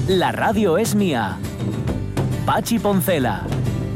La radio es mía. Pachi Poncela.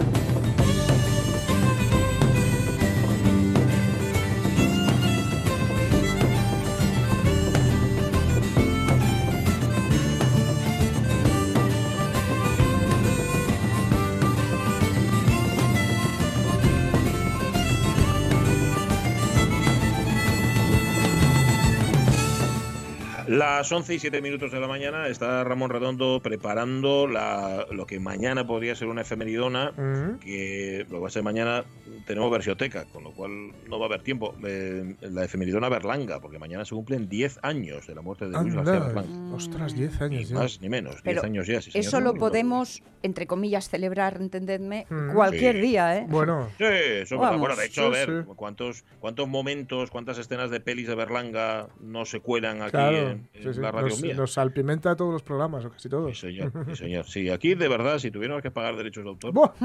Las 11:07 de la mañana está Ramón Redondo preparando lo que mañana podría ser una efemeridona, que lo va a ser mañana. Tenemos versioteca, con lo cual no va a haber tiempo. La efemeridona Berlanga, porque mañana se cumplen 10 años de la muerte de Luis García Berlanga. Ostras, 10 años Ni ya. más ni menos, 10 Pero años ya. Sí, eso señor. lo podemos, entre comillas, celebrar, entendedme, cualquier Sí. día, ¿eh? Bueno, Sí, eso, Vamos. bueno, de hecho, Sí, a ver, sí. cuántos momentos, cuántas escenas de pelis de Berlanga no se cuelan aquí claro. en Sí, sí. la radio Nos, mía. nos salpimenta todos los programas, o casi Sí, todos. señor, sí, señor. Sí, aquí de verdad, si tuviéramos que pagar derechos de autor. ¡Buah!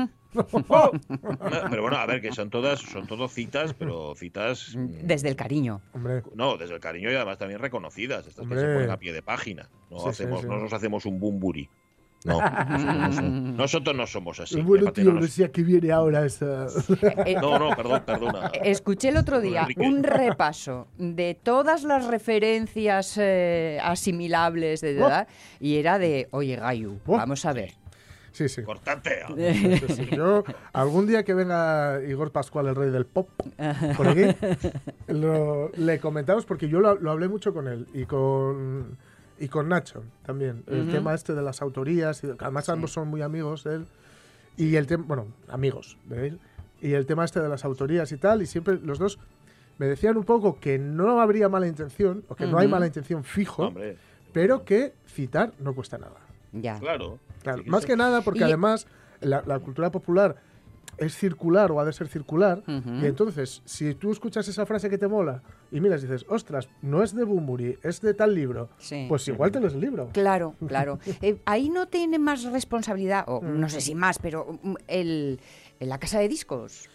Pero bueno, a ver, que son todas citas, pero citas. Desde el cariño. Hombre, No, desde el cariño y además también reconocidas. Estas que se Hombre. ponen a pie de página. No, Sí, sí, sí. no nos hacemos un bumburi. No, nosotros no somos así. bueno, Fíjate, tío, no nos- decía que viene ahora esa... No, perdona. Escuché el otro día Enrique. un repaso de todas las referencias asimilables de edad y era de, oye, Gayu, Oh. vamos a ver. Sí, sí. Cortante. Sí, sí. Yo, algún día que venga Igor Pascual, el rey del pop, por aquí, le comentamos, porque yo lo hablé mucho con él y con Nacho también. El tema este de las autorías, y además ambos son muy amigos de él, y el tema, bueno, amigos de él, y el tema este de las autorías y tal, y siempre los dos me decían un poco que no habría mala intención, o que no hay mala intención fijo, Hombre, pero que citar no cuesta nada. Ya. claro. Claro, Sí, más sí. que nada porque Y- además la cultura popular es circular o ha de ser circular, Ujú. y entonces si tú escuchas esa frase que te mola y miras y dices, ostras, no es de Bunbury, es de tal libro, Sí. pues igual te lees el libro. Claro, claro. Ahí no tiene más responsabilidad, o no sé si más, pero la casa de discos.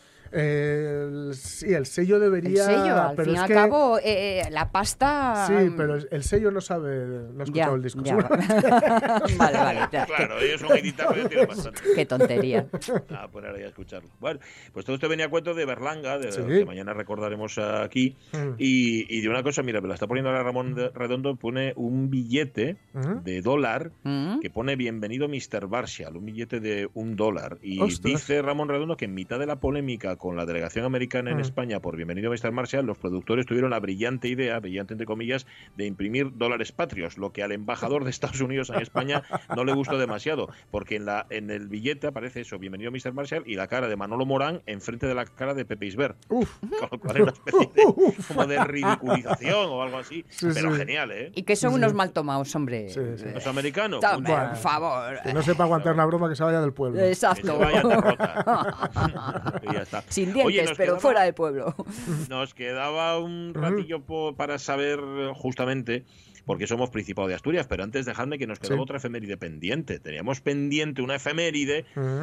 Sí, el sello debería... El sello, al pero fin y es al que- cabo, la pasta... Sí, pero el sello no sabe, no ha escuchado el disco. ya. seguramente. Vale. Claro, ellos son editados y tienen bastante. Qué tontería. A poner ahí a escucharlo. Bueno, pues todo esto venía a cuento de Berlanga, de Sí. lo que mañana recordaremos aquí. Y de una cosa, mira, me la está poniendo ahora Ramón Redondo, pone un billete de $1 ¿Mm? que pone bienvenido Mr. Marshall, un billete de $1. Y Ostras. dice Ramón Redondo que en mitad de la polémica con la delegación americana en España por bienvenido Mr. Marshall, los productores tuvieron la brillante idea, brillante entre comillas, de imprimir dólares patrios, lo que al embajador de Estados Unidos en España no le gustó demasiado, porque en el billete aparece eso, bienvenido Mr. Marshall, y la cara de Manolo Morán enfrente de la cara de Pepe Isbert. Uf. Con lo cual era una especie de, como de ridiculización o algo así. Sí, pero sí. genial, ¿eh? Y que son unos mal tomados, hombre. Sí, sí. Los americanos. Tome, Bueno, por favor. Que no sepa aguantar una broma, que se vaya del pueblo. que se Exacto. vaya de rota. Y ya está. Sin Oye, dientes, nos pero quedaba- fuera del pueblo. Nos quedaba un ratillo para saber justamente, porque somos Principado de Asturias, pero antes dejadme que nos quedaba Sí. otra efeméride pendiente. Teníamos pendiente una efeméride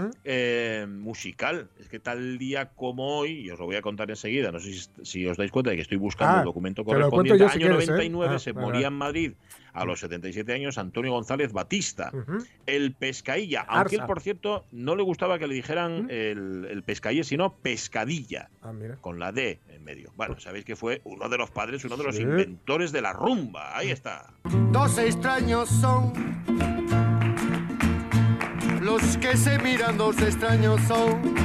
musical. Es que tal día como hoy, y os lo voy a contar enseguida, no sé si os dais cuenta de que estoy buscando Ah, el documento te lo cuento correspondiente. yo si Año quieres, 99 ¿eh? se Vale, moría vale. en Madrid a los 77 años Antonio González Batista, el Pescailla, aunque él, Arsa. por cierto, no le gustaba que le dijeran el Pescailla, sino Pescadilla, Ah, mira. con la D en medio. Bueno, sabéis que fue uno de los padres, uno de los Sí. inventores de la rumba. Ahí está. Dos extraños son los que se miran, dos extraños son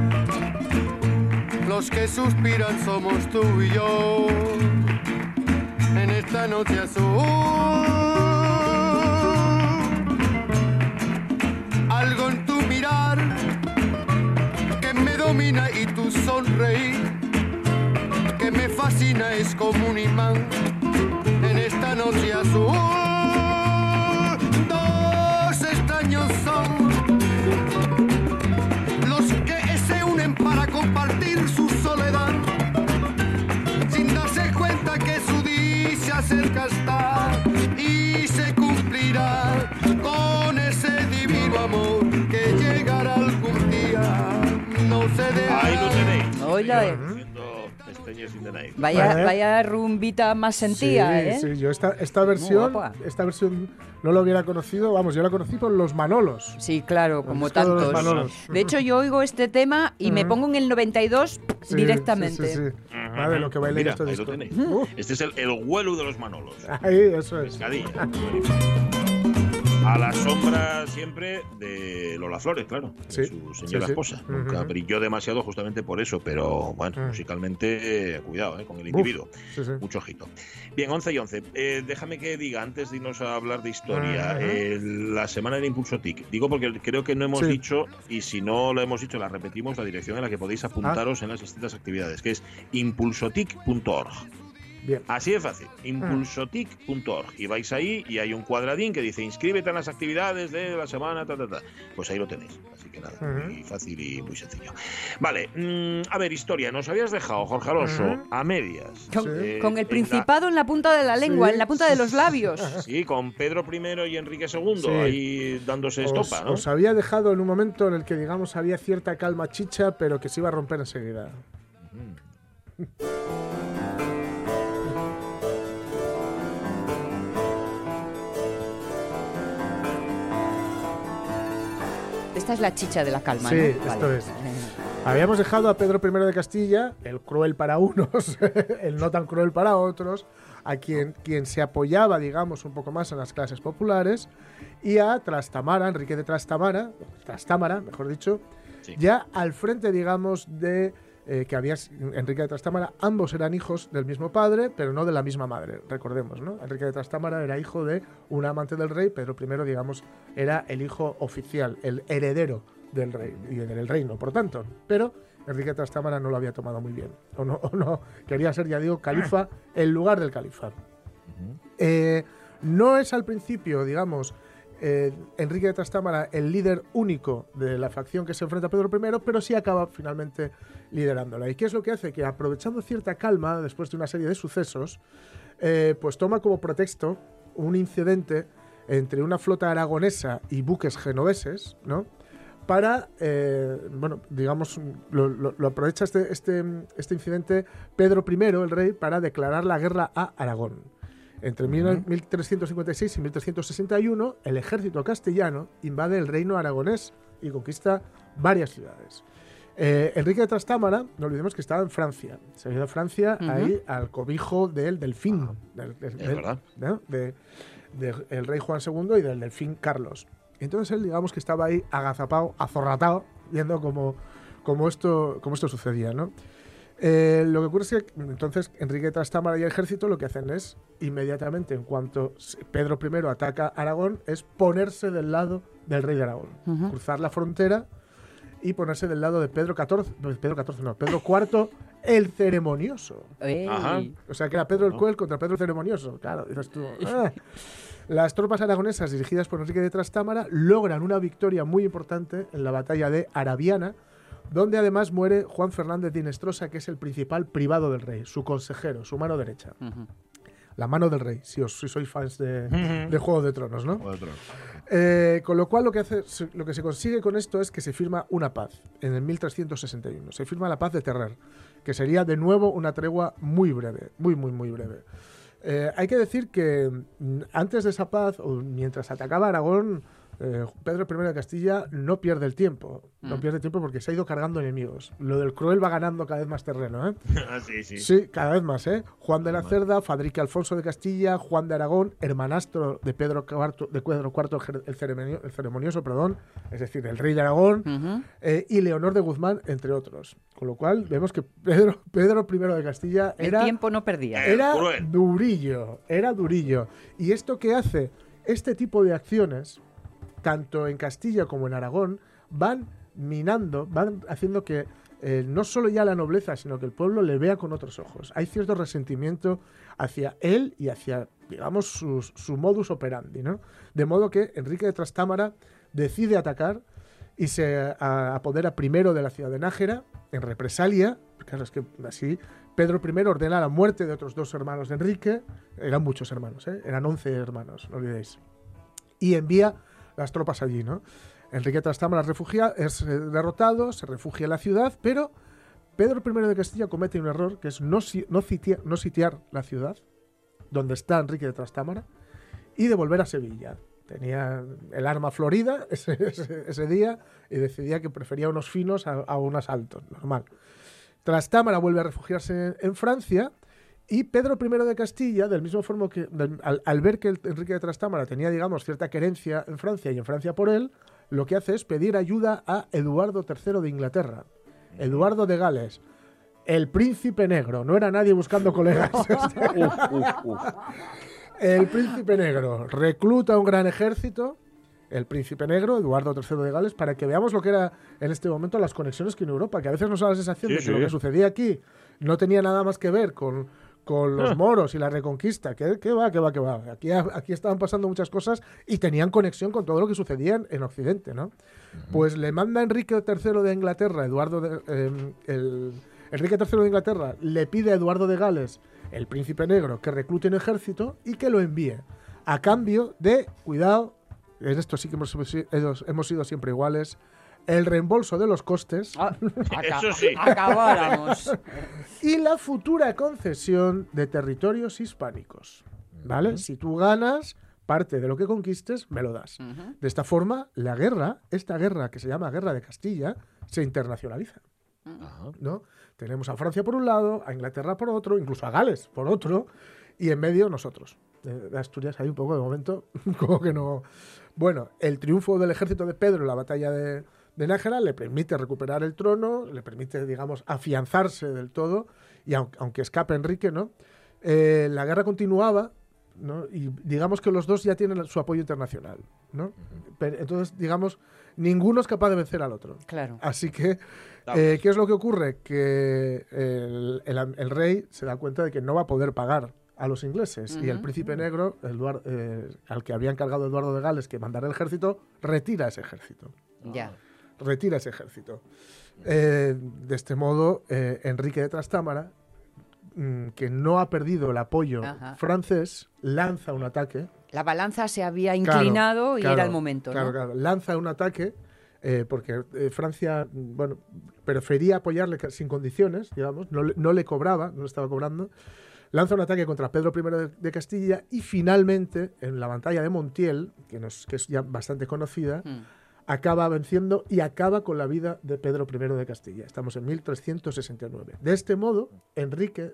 los que suspiran, somos tú y yo en esta noche azul. Algo en tu mirar que me domina y tu sonreír que me fascina, es como un imán en esta noche azul. Dos extraños son los que se unen para compartir su soledad, sin darse cuenta que su día se acerca está y se cumplirá con ese divino amor que llegará algún día. No se dejará. Ahí lo tenéis. Oiga, Haciendo Señores in the Night. Vaya rumbita más sentía, ¿eh? Sí, yo esta versión no la hubiera conocido, vamos, yo la conocí por los Manolos. Sí, claro, como disco de los tantos. Manolos. De hecho, yo oigo este tema y me pongo en el 92 directamente. Sí. Madre, lo que bailé Mira, esto ahí disco. lo tenéis. Este es el vuelo de los Manolos. Ahí, eso es. Pescadilla. A la sombra siempre de Lola Flores, claro, de su señora esposa. Nunca brilló demasiado justamente por eso, pero bueno, musicalmente, cuidado con el individuo. Mucho ojito. Bien, 11 y 11. Déjame que diga, antes de irnos a hablar de historia, la semana del Impulso TIC. Digo porque creo que no hemos dicho, y si no lo hemos dicho, la repetimos, la dirección en la que podéis apuntaros en las distintas actividades, que es impulsotic.org. Bien. Así de fácil, impulsotic.org. Y vais ahí y hay un cuadradín que dice inscríbete en las actividades de la semana, Pues ahí lo tenéis. Así que nada, muy fácil y muy sencillo. Vale, a ver, historia. Nos habías dejado, Jorge Alonso, a medias. Con el Principado en la punta de la lengua, en la punta de los labios. Sí, con Pedro I y Enrique II, ahí dándose estopa, ¿no? Os había dejado en un momento en el que, digamos, había cierta calma chicha, pero que se iba a romper enseguida. Esta es la chicha de la calma, sí, ¿no? Esto es. Habíamos dejado a Pedro I de Castilla, el cruel para unos, el no tan cruel para otros, a quien se apoyaba, digamos, un poco más en las clases populares, y a Trastámara, Enrique de Trastámara, mejor dicho, ya al frente, digamos, de que había Enrique de Trastámara. Ambos eran hijos del mismo padre, pero no de la misma madre, recordemos, ¿no? Enrique de Trastámara era hijo de un amante del rey, Pedro I, digamos, era el hijo oficial, el heredero del rey y del reino, por tanto. Pero Enrique de Trastámara no lo había tomado muy bien, o no quería ser, ya digo, califa en lugar del califa. No es al principio, digamos, Enrique de Trastámara el líder único de la facción que se enfrenta a Pedro I, pero sí acaba finalmente liderándola. ¿Y qué es lo que hace? Que aprovechando cierta calma, después de una serie de sucesos, pues toma como pretexto un incidente entre una flota aragonesa y buques genoveses, ¿no? Para, bueno, digamos, lo aprovecha este incidente Pedro I, el rey, para declarar la guerra a Aragón. Entre 1356 y 1361, el ejército castellano invade el reino aragonés y conquista varias ciudades. Enrique de Trastámara, no olvidemos que estaba en Francia. Se ha ido a Francia ahí al cobijo del delfín, del rey Juan II y del delfín Carlos. Entonces él, digamos que estaba ahí agazapado, azorratado, viendo cómo esto sucedía, ¿no? Lo que ocurre es que entonces Enrique de Trastámara y el ejército lo que hacen es, inmediatamente, en cuanto Pedro I ataca Aragón, es ponerse del lado del rey de Aragón, cruzar la frontera y ponerse del lado de Pedro IV el ceremonioso. O sea que era Pedro el Cruel contra Pedro el ceremonioso. Claro, dices tú. Las tropas aragonesas dirigidas por Enrique de Trastámara logran una victoria muy importante en la batalla de Arabiana, donde además muere Juan Fernández de Hinestrosa, que es el principal privado del rey, su consejero, su mano derecha. La mano del rey, si sois fans de Juego de Tronos, ¿no? Juego de Tronos. Con lo cual lo que se consigue con esto es que se firma una paz en el 1361. Se firma la paz de Terrer, que sería de nuevo una tregua muy breve, muy breve. Hay que decir que antes de esa paz, o mientras atacaba Aragón, Pedro I de Castilla no pierde el tiempo. No pierde tiempo porque se ha ido cargando enemigos. Lo del cruel va ganando cada vez más terreno, ¿eh? Sí, cada vez más, ¿eh? Juan de la Cerda, Fadrique Alfonso de Castilla, Juan de Aragón, hermanastro de Pedro IV el ceremonioso, es decir, el rey de Aragón, y Leonor de Guzmán, entre otros. Con lo cual vemos que Pedro I de Castilla el tiempo no perdía. Era durillo. ¿Y esto qué hace? Este tipo de acciones, tanto en Castilla como en Aragón, van minando, van haciendo que no solo ya la nobleza, sino que el pueblo le vea con otros ojos. Hay cierto resentimiento hacia él y hacia, digamos, su modus operandi, ¿no? De modo que Enrique de Trastámara decide atacar y se apodera primero de la ciudad de Nájera, en represalia. Claro, es que así Pedro I ordena la muerte de otros 2 hermanos de Enrique. Eran muchos hermanos, eran 11 hermanos, no olvidéis. Y envía las tropas allí, ¿no? Enrique de Trastámara es derrotado, se refugia en la ciudad, pero Pedro I de Castilla comete un error, que es no sitiar la ciudad, donde está Enrique de Trastámara, y de volver a Sevilla. Tenía el arma florida ese día y decidía que prefería unos finos a un asalto, normal. Trastámara vuelve a refugiarse en Francia y Pedro I de Castilla, del mismo forma que al ver que Enrique de Trastámara tenía, digamos, cierta querencia en Francia y en Francia por él, lo que hace es pedir ayuda a Eduardo III de Inglaterra, Eduardo de Gales, el príncipe negro. No era nadie buscando colegas. El príncipe negro recluta un gran ejército, el príncipe negro, Eduardo III de Gales, para que veamos lo que era en este momento las conexiones que en Europa, que a veces nos da la sensación de que lo que sucedía aquí no tenía nada más que ver con los moros y la reconquista. ¿Qué va? Aquí estaban pasando muchas cosas y tenían conexión con todo lo que sucedía en Occidente, ¿no? Pues le manda Enrique III de Inglaterra, Enrique III de Inglaterra le pide a Eduardo de Gales, el príncipe negro, que reclute un ejército y que lo envíe a cambio de, cuidado, en esto sí que hemos sido siempre iguales, el reembolso de los costes. Eso sí. Acabáramos. Y la futura concesión de territorios hispánicos. ¿Vale? Si tú ganas parte de lo que conquistes, me lo das. De esta forma, esta guerra que se llama Guerra de Castilla, se internacionaliza. ¿No? Tenemos a Francia por un lado, a Inglaterra por otro, incluso a Gales por otro, y en medio nosotros. De Asturias hay un poco de momento como que no. Bueno, el triunfo del ejército de Pedro en la batalla de Nájera le permite recuperar el trono, le permite, digamos, afianzarse del todo, y aunque escape Enrique, ¿no? La guerra continuaba, ¿no? Y digamos que los dos ya tienen su apoyo internacional, ¿no? Entonces, digamos, ninguno es capaz de vencer al otro. Claro. Así que, ¿qué es lo que ocurre? Que el rey se da cuenta de que no va a poder pagar a los ingleses, y el príncipe negro, al que había encargado Eduardo de Gales que mandara el ejército, retira ese ejército. Ya. Retira ese ejército. De este modo, Enrique de Trastámara, que no ha perdido el apoyo francés, lanza un ataque. La balanza se había inclinado y era el momento, ¿no? Claro. Lanza un ataque porque Francia, bueno, prefería apoyarle sin condiciones, digamos, no le cobraba, no le estaba cobrando. Lanza un ataque contra Pedro I de Castilla y finalmente, en la batalla de Montiel, que es ya bastante conocida, acaba venciendo y acaba con la vida de Pedro I de Castilla. Estamos en 1369. De este modo, Enrique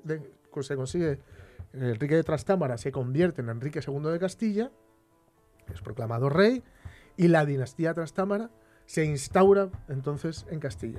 de Trastámara se convierte en Enrique II de Castilla, es proclamado rey, y la dinastía Trastámara se instaura entonces en Castilla.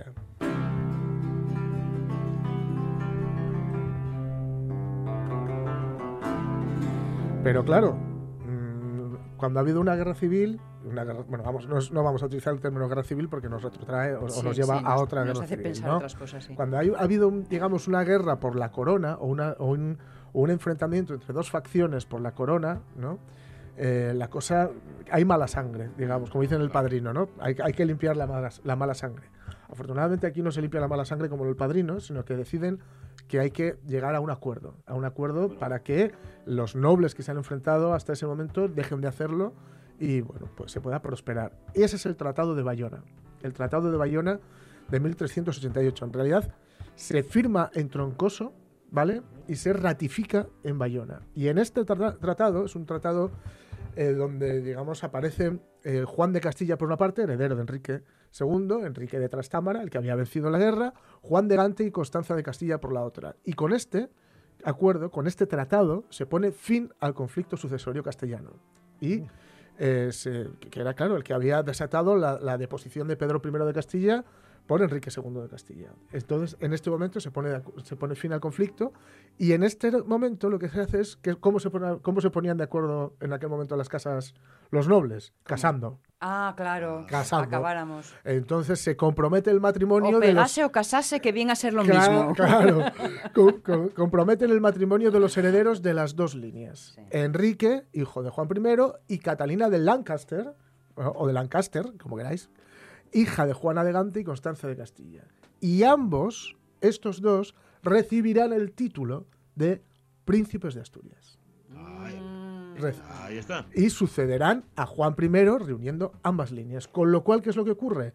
Pero claro, cuando ha habido una guerra civil, no vamos a utilizar el término guerra civil porque nos retrotrae o nos lleva a otra guerra civil. Nos hace pensar otras cosas, sí. Cuando ha habido, digamos, una guerra por la corona o un enfrentamiento entre dos facciones por la corona, ¿no? La cosa, hay mala sangre, digamos, como dicen El Padrino, ¿no? Hay que limpiar la mala sangre. Afortunadamente aquí no se limpia la mala sangre como en El Padrino, sino que deciden que hay que llegar a un acuerdo para que los nobles que se han enfrentado hasta ese momento dejen de hacerlo y, bueno, pues se pueda prosperar. Y ese es el Tratado de Bayona. El Tratado de Bayona de 1388. En realidad se firma en Troncoso, ¿vale? Y se ratifica en Bayona. Y en este tratado, es un tratado donde, digamos, aparece Juan de Castilla por una parte, heredero de Enrique II, Enrique de Trastámara, el que había vencido la guerra, Juan de Gante y Constanza de Castilla por la otra. Y con este acuerdo, con este tratado, se pone fin al conflicto sucesorio castellano. Y que era, claro, el que había desatado la deposición de Pedro I de Castilla por Enrique II de Castilla. Entonces, en este momento se pone fin al conflicto, y en este momento lo que se hace es cómo se ponían de acuerdo en aquel momento las casas, los nobles, casando. Ah, claro, casando. Acabáramos. Entonces se compromete el matrimonio o pegase o casase, que viene a ser lo mismo. Claro, comprometen el matrimonio de los herederos de las dos líneas. Sí. Enrique, hijo de Juan I, y Catalina de Lancaster, o de Lancaster, como queráis, hija de Juana de Gante y Constanza de Castilla. Y ambos, estos dos, recibirán el título de príncipes de Asturias. Ahí está. Y sucederán a Juan I reuniendo ambas líneas. Con lo cual, ¿qué es lo que ocurre?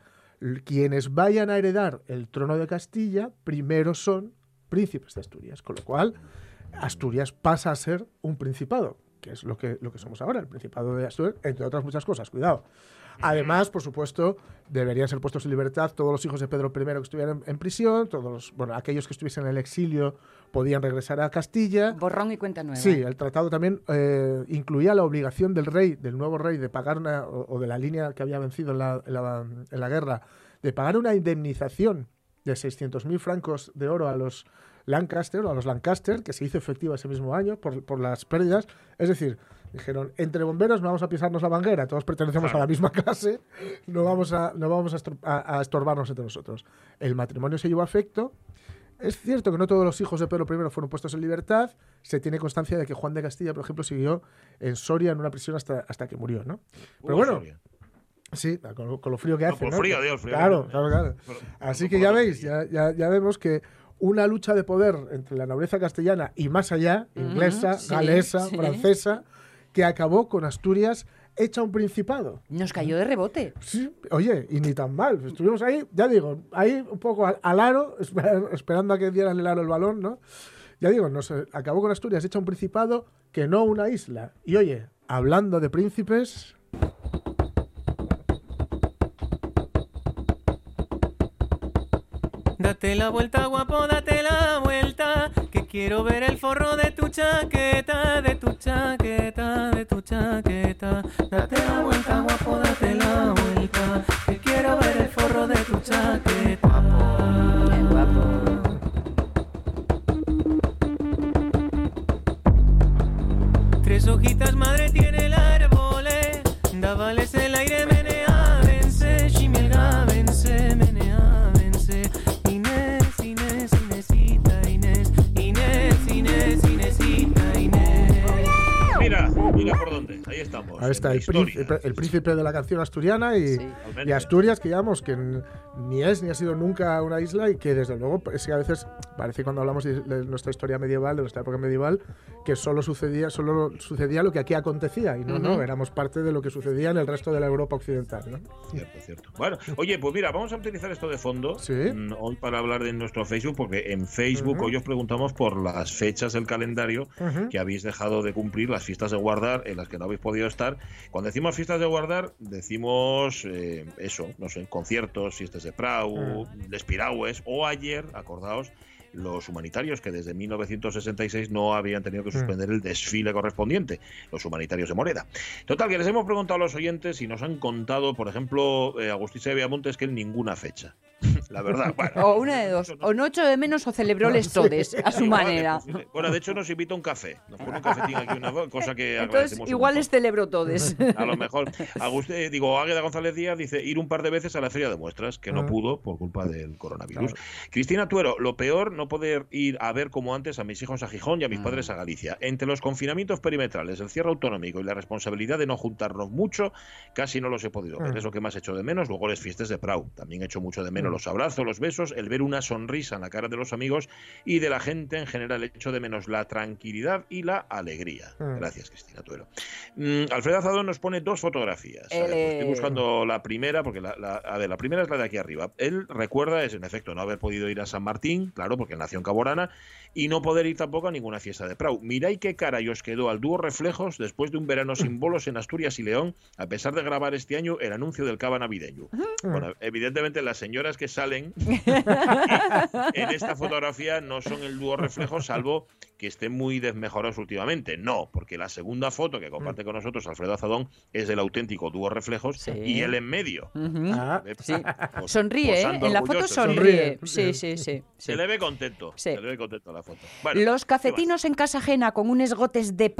quienes vayan a heredar el trono de Castilla primero son príncipes de Asturias, con lo cual Asturias pasa a ser un principado, que es lo que somos ahora, el Principado de Asturias, entre otras muchas cosas, cuidado. Además, por supuesto, deberían ser puestos en libertad todos los hijos de Pedro I que estuvieran en prisión, aquellos que estuviesen en el exilio podían regresar a Castilla. Borrón y cuenta nueva. Sí, el tratado también incluía la obligación del nuevo rey, de pagar o de la línea que había vencido en la guerra, de pagar una indemnización de 600.000 francos de oro a los Lancaster, que se hizo efectiva ese mismo año por las pérdidas. Es decir, dijeron, entre bomberos no vamos a pisarnos la manguera, todos pertenecemos a la misma clase, no vamos a estorbarnos entre nosotros. El matrimonio se llevó a efecto. Es cierto que no todos los hijos de Pedro I fueron puestos en libertad. Se tiene constancia de que Juan de Castilla, por ejemplo, siguió en Soria en una prisión hasta que murió, ¿no? Pero bueno, Soria. Sí, con lo frío que hace, por ¿no? frío, Dios, frío. Claro. Así que ya veis, ya vemos que una lucha de poder entre la nobleza castellana y más allá, inglesa, galesa, francesa, que acabó con Asturias hecha un principado. Nos cayó de rebote. Sí, oye, y ni tan mal. Estuvimos ahí, ya digo, ahí un poco al aro, esperando a que dieran el aro el balón, ¿no? Ya digo, acabó con Asturias hecha un principado que no una isla. Y oye, hablando de príncipes... Date la vuelta, guapo, date la vuelta, que quiero ver el forro de tu chaqueta, de tu chaqueta, de tu chaqueta. Date la vuelta, guapo, date la vuelta, que quiero ver el forro de tu chaqueta. Guapo. Tres hojitas, madre, tiene el árbol, dávales el aire, meneávense, shimielgávense, meneávense. Mira por dónde, ahí estamos. Ahí está, el príncipe de la canción asturiana y Asturias, que digamos que ni es ni ha sido nunca una isla y que desde luego es que a veces parece cuando hablamos de nuestra historia medieval, de nuestra época medieval, que solo sucedía lo que aquí acontecía y no, éramos parte de lo que sucedía en el resto de la Europa occidental, ¿no? Cierto. Bueno, oye, pues mira, vamos a utilizar esto de fondo hoy para hablar de nuestro Facebook, porque en Facebook hoy os preguntamos por las fechas del calendario que habéis dejado de cumplir, las fiestas de guardar en las que no habéis podido estar. Cuando decimos fiestas de guardar, decimos conciertos, fiestas de Prau, les Piragües, o ayer, acordaos, los humanitarios que desde 1966 no habían tenido que suspender el desfile correspondiente, los humanitarios de Moreda. Total, que les hemos preguntado a los oyentes y nos han contado, por ejemplo, Agustín de Viamontes, que en ninguna fecha. La verdad, bueno. O una de dos, o no echó de menos o celebró les todes a su manera. Bueno, de hecho nos invita a un café. Nos pone un cafetín aquí, una cosa que entonces, agradecemos. Igual les celebró todes. A lo mejor. Águeda González Díaz dice ir un par de veces a la feria de muestras, que no pudo por culpa del coronavirus. Claro. Cristina Tuero, lo peor, no poder ir a ver como antes a mis hijos a Gijón y a mis padres a Galicia. Entre los confinamientos perimetrales, el cierre autonómico y la responsabilidad de no juntarnos mucho, casi no los he podido ver. Es lo que más he hecho de menos. Luego las fiestas de Prau. También he hecho mucho de menos los abrazos, los besos, el ver una sonrisa en la cara de los amigos y de la gente en general. He hecho de menos la tranquilidad y la alegría. Gracias, Cristina Tuero. Alfredo Azadón nos pone dos fotografías. A ver, pues estoy buscando la primera, porque la primera es la de aquí arriba. Él recuerda, en efecto, no haber podido ir a San Martín, claro, porque nació en Caborana, y no poder ir tampoco a ninguna fiesta de Prau. Miráis qué cara y os quedó al dúo Reflejos después de un verano sin bolos en Asturias y León, a pesar de grabar este año el anuncio del cava navideño. Bueno, evidentemente las señoras que salen en esta fotografía no son el dúo Reflejos, salvo que estén muy desmejorados últimamente. No, porque la segunda foto que comparte con nosotros Alfredo Azadón es del auténtico dúo Reflejos y él en medio. Sonríe, en la foto sonríe. Sí. Se le ve contento. Sí. Se le ve contento la foto. Bueno, los cafetinos en casa ajena con unos gotes de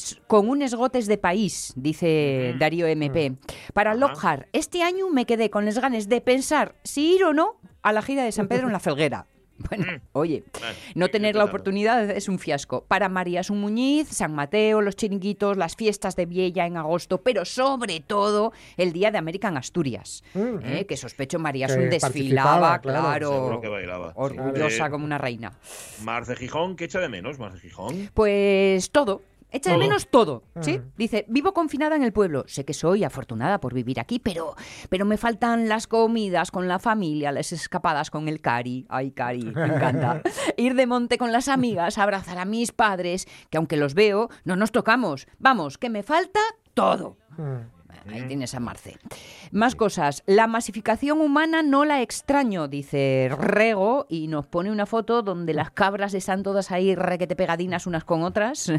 país, dice Darío MP. Para Lockhart, este año me quedé con las ganas de pensar si ir o no a la gira de San Pedro en la Felguera. Bueno, oye, no tener la oportunidad es un fiasco. Para María Muñiz, San Mateo, los chiringuitos, las fiestas de Viella en agosto, pero sobre todo el día de American Asturias, que sospecho María desfilaba, claro, seguro que bailaba. Orgullosa como una reina. Marce Gijón, ¿qué echa de menos, Marce Gijón? Pues todo. Echa de menos todo, ¿sí? Dice, vivo confinada en el pueblo. Sé que soy afortunada por vivir aquí, pero me faltan las comidas con la familia, las escapadas con el Cari. Ay, Cari, me encanta. Ir de monte con las amigas, abrazar a mis padres, que aunque los veo, no nos tocamos. Vamos, que me falta todo. Ahí tienes a Marce. Más cosas. La masificación humana no la extraño, dice Rego, y nos pone una foto donde las cabras están todas ahí requete pegadinas unas con otras.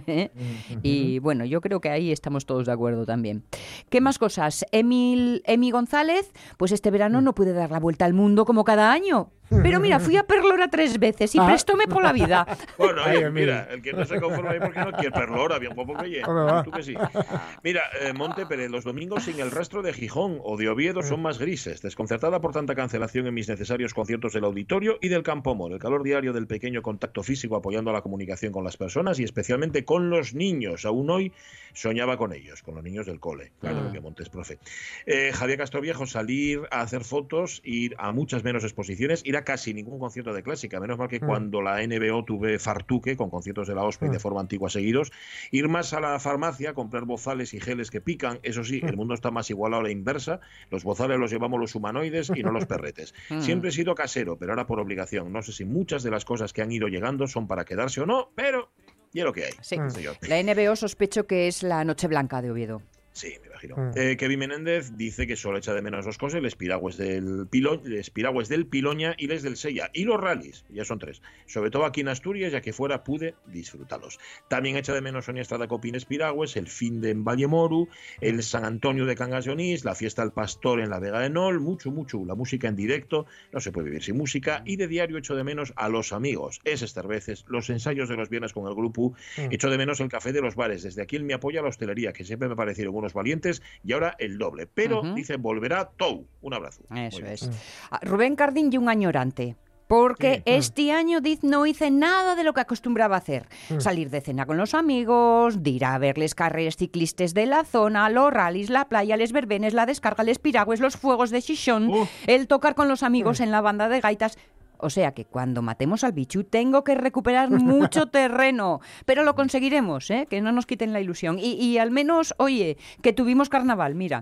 Y bueno, yo creo que ahí estamos todos de acuerdo también. ¿Qué más cosas? Emi González, pues este verano no pude dar la vuelta al mundo como cada año. Pero mira, fui a Perlora 3 veces y prestóme por la vida. Bueno, mira, el que no se conforma ahí porque no quiere Perlora, bien guapo que tú que sí. Mira, Monte Pérez, los domingos sin el rastro de Gijón o de Oviedo son más grises, desconcertada por tanta cancelación en mis necesarios conciertos del auditorio y del Campo Amor, el calor diario del pequeño contacto físico apoyando a la comunicación con las personas y especialmente con los niños. Aún hoy soñaba con ellos, con los niños del cole, claro, porque Monte es profe. Javier Castroviejo, salir a hacer fotos, ir a muchas menos exposiciones, ir a casi ningún concierto de clásica, menos mal que cuando la NBO tuve fartuque con conciertos de la OSPE de forma antigua seguidos, ir más a la farmacia, comprar bozales y geles que pican, eso sí, el mundo está más igualado a la inversa, los bozales los llevamos los humanoides y no los perretes. Siempre he sido casero, pero ahora por obligación. No sé si muchas de las cosas que han ido llegando son para quedarse o no, pero y es lo que hay. Sí. La NBO sospecho que es la Noche Blanca de Oviedo. Sí, me imagino. Kevin Menéndez dice que solo echa de menos dos cosas, les piragües del Piloña y les del Sella. Y los rallies, ya son 3. Sobre todo aquí en Asturias, ya que fuera pude disfrutarlos. También echa de menos Sonia Estrada Copines Piragües, el fin de en Vallemoru, el San Antonio de Cangas de Onís, la fiesta del Pastor en la Vega de Nol, mucho, la música en directo, no se puede vivir sin música, y de diario echo de menos a los amigos, esas cervezas, los ensayos de los viernes con el grupo, echo de menos el café de los bares, desde aquí me apoya la hostelería, que siempre me parecieron unos valientes, y ahora el doble. Pero, dice, volverá Tou. Un abrazo. Eso es. Rubén Cardín y un añorante. Porque este año no hice nada de lo que acostumbraba a hacer. Salir de cena con los amigos, de ir a ver les carreras ciclistas de la zona, los rallies, la playa, les verbenes, la descarga, les piragües, los fuegos de Xixón, el tocar con los amigos en la banda de gaitas. O sea que cuando matemos al bichu tengo que recuperar mucho terreno. Pero lo conseguiremos, ¿eh? Que no nos quiten la ilusión. Y al menos, oye, que tuvimos carnaval, mira.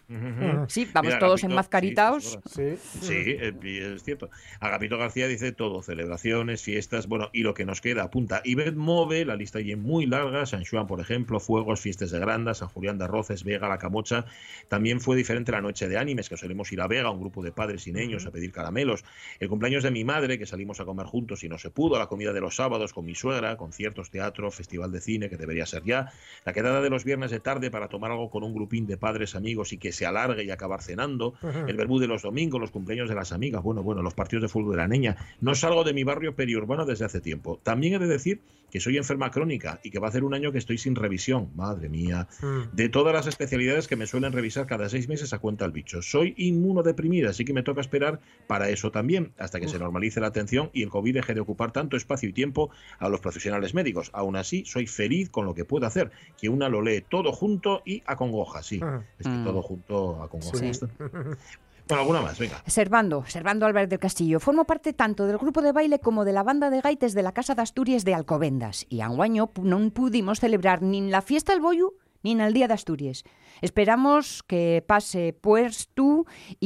Sí, vamos todos enmascaritados. Sí, es cierto. Agapito García dice todo, celebraciones, fiestas, bueno, y lo que nos queda apunta. Ibet Move, la lista allí es muy larga, San Juan, por ejemplo, fuegos, fiestas de Granda, San Julián de Arroces, Vega, La Camocha. También fue diferente la noche de Ánimes, que solemos ir a Vega, un grupo de padres y niños a pedir caramelos. El cumpleaños de mi madre, que salimos a comer juntos y no se pudo, la comida de los sábados con mi suegra, conciertos, teatro, festival de cine, que debería ser ya, la quedada de los viernes de tarde para tomar algo con un grupín de padres amigos y que se alargue y acabar cenando, el verbú de los domingos, los cumpleaños de las amigas, bueno, los partidos de fútbol de la niña. No salgo de mi barrio periurbano desde hace tiempo. También he de decir que soy enferma crónica y que va a hacer un año que estoy sin revisión, madre mía, de todas las especialidades que me suelen revisar cada 6 meses a cuenta el bicho. Soy inmunodeprimida, así que me toca esperar para eso también, hasta que se normalice la atención y el COVID deje de ocupar tanto espacio y tiempo a los profesionales médicos. Aún así, soy feliz con lo que puedo hacer, que una lo lee todo junto y acongoja, sí. Es que todo junto acongoja. Sí. Bueno, alguna más, venga. Servando Álvarez del Castillo. Formo parte tanto del grupo de baile como de la banda de gaites de la Casa de Asturias de Alcobendas. Y anguaño non pudimos celebrar ni la fiesta del Boyu ni en el Día de Asturias. Esperamos que pase pues tú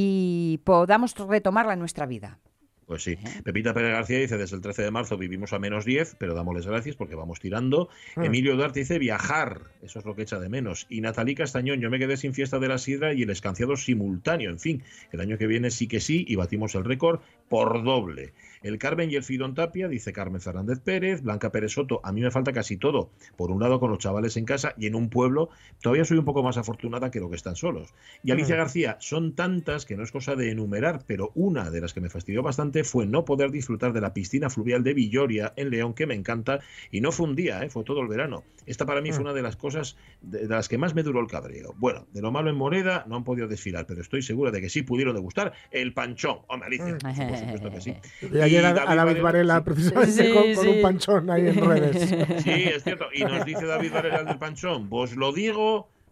y podamos retomarla en nuestra vida. Pues sí. Pepita Pérez García dice, desde el 13 de marzo vivimos a -10, pero dámosles gracias porque vamos tirando. Emilio Duarte dice, viajar, eso es lo que echa de menos. Y Natalí Castañón, yo me quedé sin fiesta de la sidra y el escanciado simultáneo. En fin, el año que viene sí que sí y batimos el récord por doble. El Carmen y el Fidón Tapia, dice Carmen Fernández Pérez. Blanca Pérez Soto, a mí me falta casi todo. Por un lado con los chavales en casa y en un pueblo todavía soy un poco más afortunada que lo que están solos. Y Alicia García, son tantas que no es cosa de enumerar, pero una de las que me fastidió bastante fue no poder disfrutar de la piscina fluvial de Villoria en León, que me encanta, y no fue un día, fue todo el verano. Esta para mí fue una de las cosas de las que más me duró el cabreo. Bueno, de lo malo en Moreda no han podido desfilar, pero estoy segura de que sí pudieron degustar el panchón. Hombre, Alicia, por supuesto que sí. Y ayer a David Varela precisamente con un panchón ahí en redes. Sí, es cierto. Y nos dice David Varela del panchón, vos lo digo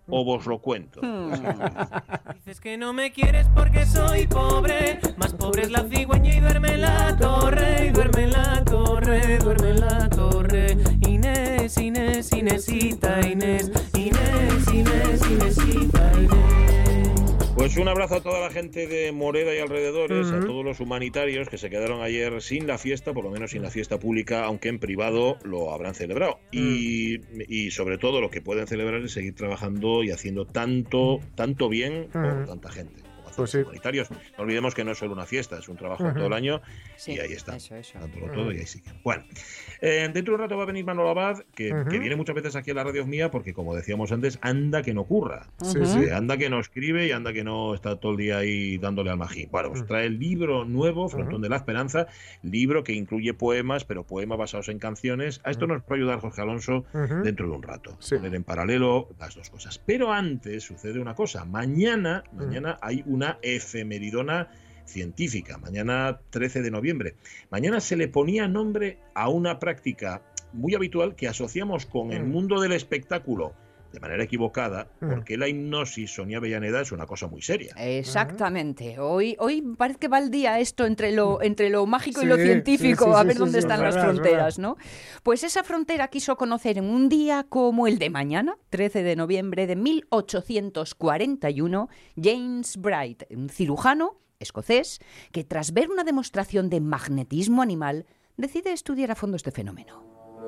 o vos lo cuento. Dices que no me quieres porque soy pobre, más pobre es la cigüeña y duerme en la torre, y duerme en la torre, duerme en la torre. Inés, Inés, Inésita, Inés, Inés, Inés, Inésita, Inés. Pues un abrazo a toda la gente de Moreda y alrededores, a todos los humanitarios que se quedaron ayer sin la fiesta, por lo menos sin la fiesta pública, aunque en privado lo habrán celebrado. Y sobre todo lo que pueden celebrar es seguir trabajando y haciendo tanto bien por tanta gente. Pues sí. Humanitarios. No olvidemos que no es solo una fiesta, es un trabajo todo el año, sí, y ahí está, eso. dándolo todo y ahí sigue. Bueno, dentro de un rato va a venir Manolo Abad, que viene muchas veces aquí a la radio mía, porque como decíamos antes, anda que no curra, anda que no escribe y anda que no está todo el día ahí dándole al magín. Bueno, pues trae el libro nuevo, Frontón de la Esperanza, libro que incluye poemas, pero poemas basados en canciones. A esto nos puede ayudar Jorge Alonso dentro de un rato, poner en paralelo las dos cosas. Pero antes sucede una cosa, mañana hay una efemeridona científica, mañana 13 de noviembre. Mañana se le ponía nombre a una práctica muy habitual que asociamos con el mundo del espectáculo de manera equivocada, porque la hipnosis, Sonia Avellaneda, es una cosa muy seria. Exactamente. Hoy parece que va el día esto entre lo mágico y lo científico, a ver dónde están las fronteras, ¿no? Pues esa frontera quiso conocer en un día como el de mañana, 13 de noviembre de 1841, James Bright, un cirujano escocés que tras ver una demostración de magnetismo animal decide estudiar a fondo este fenómeno.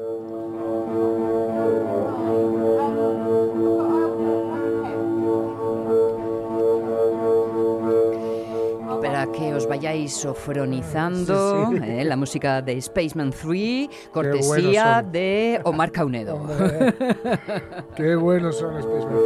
Para que os vayáis sofronizando, la música de Spaceman 3, cortesía de Omar Caunedo. Hombre, qué buenos son Spaceman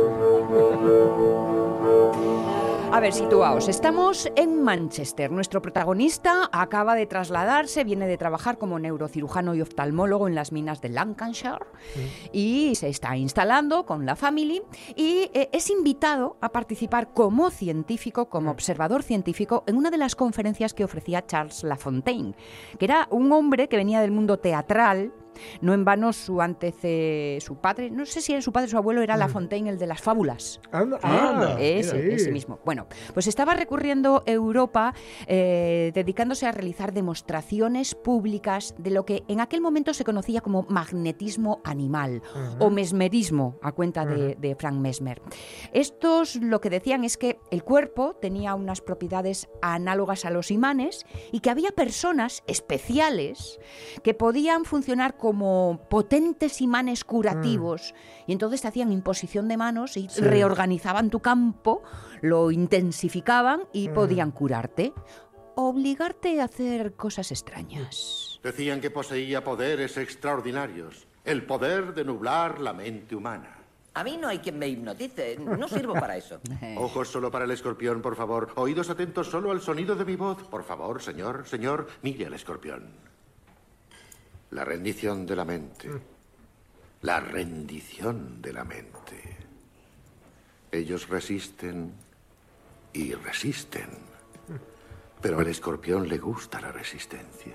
3. A ver, situaos. Estamos en Manchester. Nuestro protagonista acaba de trasladarse, viene de trabajar como neurocirujano y oftalmólogo en las minas de Lancashire y se está instalando con la familia y es invitado a participar como científico, como observador científico en una de las conferencias que ofrecía Charles Lafontaine, que era un hombre que venía del mundo teatral. No en vano su padre, no sé si era su padre o su abuelo, era Lafontaine, el de las fábulas. Ese mismo. Bueno, pues estaba recorriendo Europa dedicándose a realizar demostraciones públicas de lo que en aquel momento se conocía como magnetismo animal o mesmerismo, a cuenta de Frank Mesmer. Estos lo que decían es que el cuerpo tenía unas propiedades análogas a los imanes y que había personas especiales que podían funcionar como potentes imanes curativos y entonces te hacían imposición de manos y reorganizaban tu campo, lo intensificaban y podían curarte, obligarte a hacer cosas extrañas. Decían que poseía poderes extraordinarios, el poder de nublar la mente humana. A mí no hay quien me hipnotice, no sirvo para eso. Ojos solo para el escorpión, por favor. Oídos atentos solo al sonido de mi voz. Por favor, señor, mire al escorpión. La rendición de la mente. La rendición de la mente. Ellos resisten y resisten. Pero al escorpión le gusta la resistencia.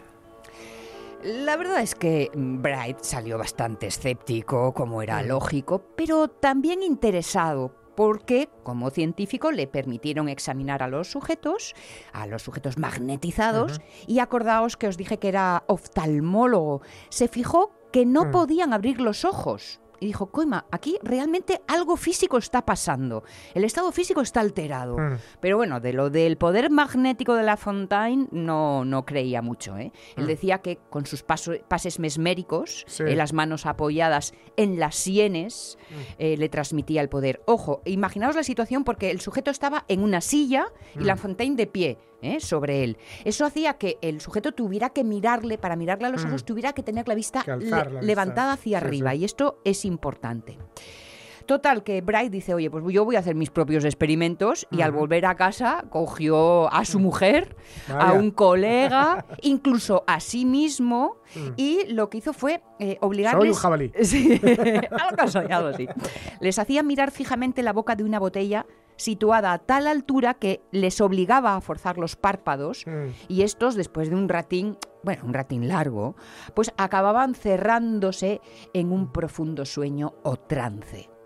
La verdad es que Bright salió bastante escéptico, como era lógico, pero también interesado, porque como científico le permitieron examinar a los sujetos magnetizados, y acordaos que os dije que era oftalmólogo. Se fijó que no podían abrir los ojos. Y dijo, coima, aquí realmente algo físico está pasando. El estado físico está alterado. Pero bueno, de lo del poder magnético de Lafontaine no creía mucho, ¿eh? Él decía que con sus pases mesméricos, las manos apoyadas en las sienes, le transmitía el poder. Ojo, imaginaos la situación porque el sujeto estaba en una silla y Lafontaine de pie, sobre él. Eso hacía que el sujeto tuviera que mirarle, para mirarle a los ojos, tuviera que tener la vista levantada hacia arriba. Y esto es importante. Total, que Bright dice, oye, pues yo voy a hacer mis propios experimentos, y al volver a casa cogió a su mujer, a un colega, incluso a sí mismo, y lo que hizo fue obligarles... Soy un jabalí. Sí, algo así. Les hacía mirar fijamente la boca de una botella situada a tal altura que les obligaba a forzar los párpados, y estos, después de un ratín largo, pues acababan cerrándose en un profundo sueño o trance.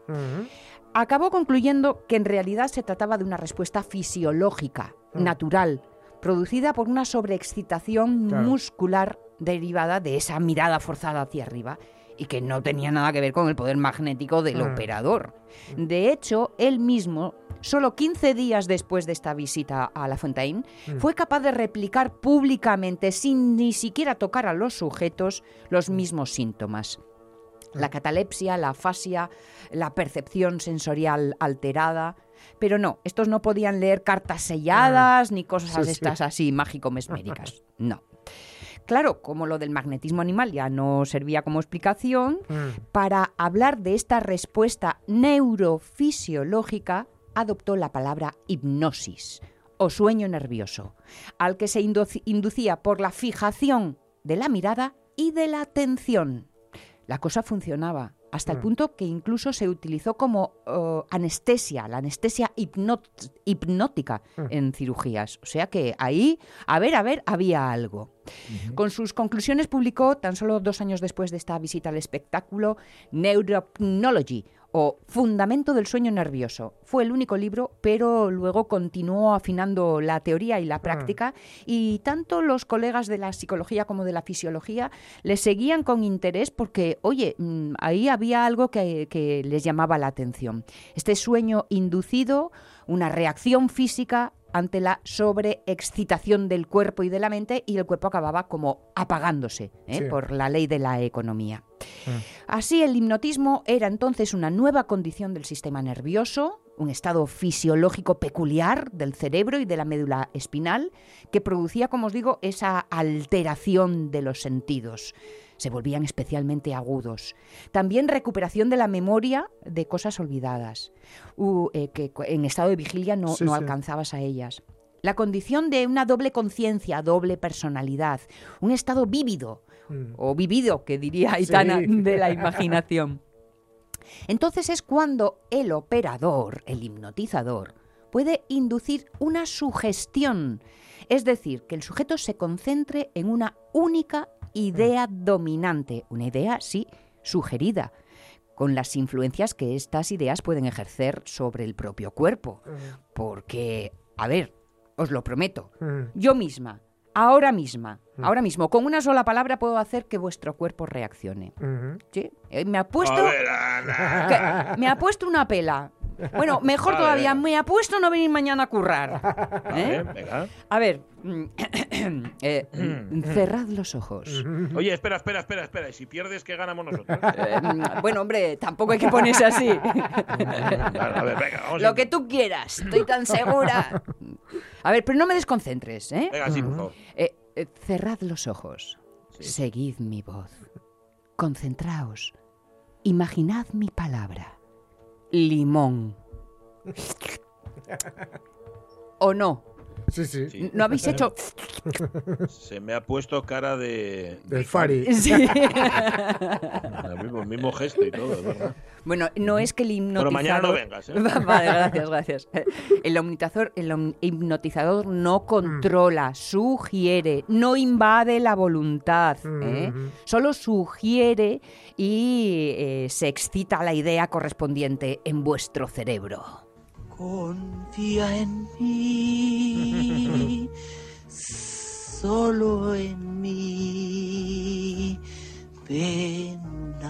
Acabó concluyendo que en realidad se trataba de una respuesta fisiológica, natural, producida por una sobreexcitación muscular derivada de esa mirada forzada hacia arriba y que no tenía nada que ver con el poder magnético del operador. De hecho, él mismo, solo 15 días después de esta visita a La Fontaine, fue capaz de replicar públicamente, sin ni siquiera tocar a los sujetos, los mismos síntomas. La catalepsia, la afasia, la percepción sensorial alterada. Pero no, estos no podían leer cartas selladas ni cosas estas así mágico-mesméricas. No. Claro, como lo del magnetismo animal ya no servía como explicación, para hablar de esta respuesta neurofisiológica adoptó la palabra hipnosis o sueño nervioso, al que se inducía por la fijación de la mirada y de la atención. La cosa funcionaba, hasta el punto que incluso se utilizó como anestesia, la anestesia hipnótica en cirugías. O sea que ahí, a ver, había algo. Con sus conclusiones publicó, tan solo 2 años después de esta visita al espectáculo, Neuropnology, o Fundamento del sueño nervioso. Fue el único libro, pero luego continuó afinando la teoría y la práctica, y tanto los colegas de la psicología como de la fisiología le seguían con interés porque, oye, ahí había algo que les llamaba la atención. Este sueño inducido, una reacción física ante la sobreexcitación del cuerpo y de la mente, y el cuerpo acababa como apagándose por la ley de la economía. Así, el hipnotismo era entonces una nueva condición del sistema nervioso, un estado fisiológico peculiar del cerebro y de la médula espinal que producía, como os digo, esa alteración de los sentidos. Se volvían especialmente agudos. También recuperación de la memoria de cosas olvidadas, que en estado de vigilia no alcanzabas a ellas. La condición de una doble conciencia, doble personalidad, un estado vívido, o vivido, que diría Aitana, de la imaginación. Entonces es cuando el operador, el hipnotizador, puede inducir una sugestión, es decir, que el sujeto se concentre en una única idea dominante, una idea, sí, sugerida, con las influencias que estas ideas pueden ejercer sobre el propio cuerpo. Porque, a ver, os lo prometo, yo misma, ahora mismo, con una sola palabra puedo hacer que vuestro cuerpo reaccione. ¿Sí? Me ha puesto una pela. Bueno, mejor todavía, me ha puesto no venir mañana a currar. Venga. A ver, cerrad los ojos. Oye, espera. ¿Y si pierdes, qué ganamos nosotros? Bueno, hombre, tampoco hay que ponerse así. A ver, venga, vamos. Lo que tú quieras, estoy tan segura. A ver, pero no me desconcentres, ¿eh? Venga, sí, por favor. Cerrad los ojos. Seguid mi voz. Concentraos. Imaginad mi palabra. Limón. ¿O no? Sí. ¿No habéis hecho...? Se me ha puesto cara de... Del Fari. Sí. El mismo gesto y todo, ¿verdad? Bueno, no es que el hipnotizador... Pero mañana no vengas, ¿eh? Vale, gracias. El hipnotizador no controla, sugiere, no invade la voluntad, solo sugiere y se excita la idea correspondiente en vuestro cerebro. Confía en mí, solo en mí, ven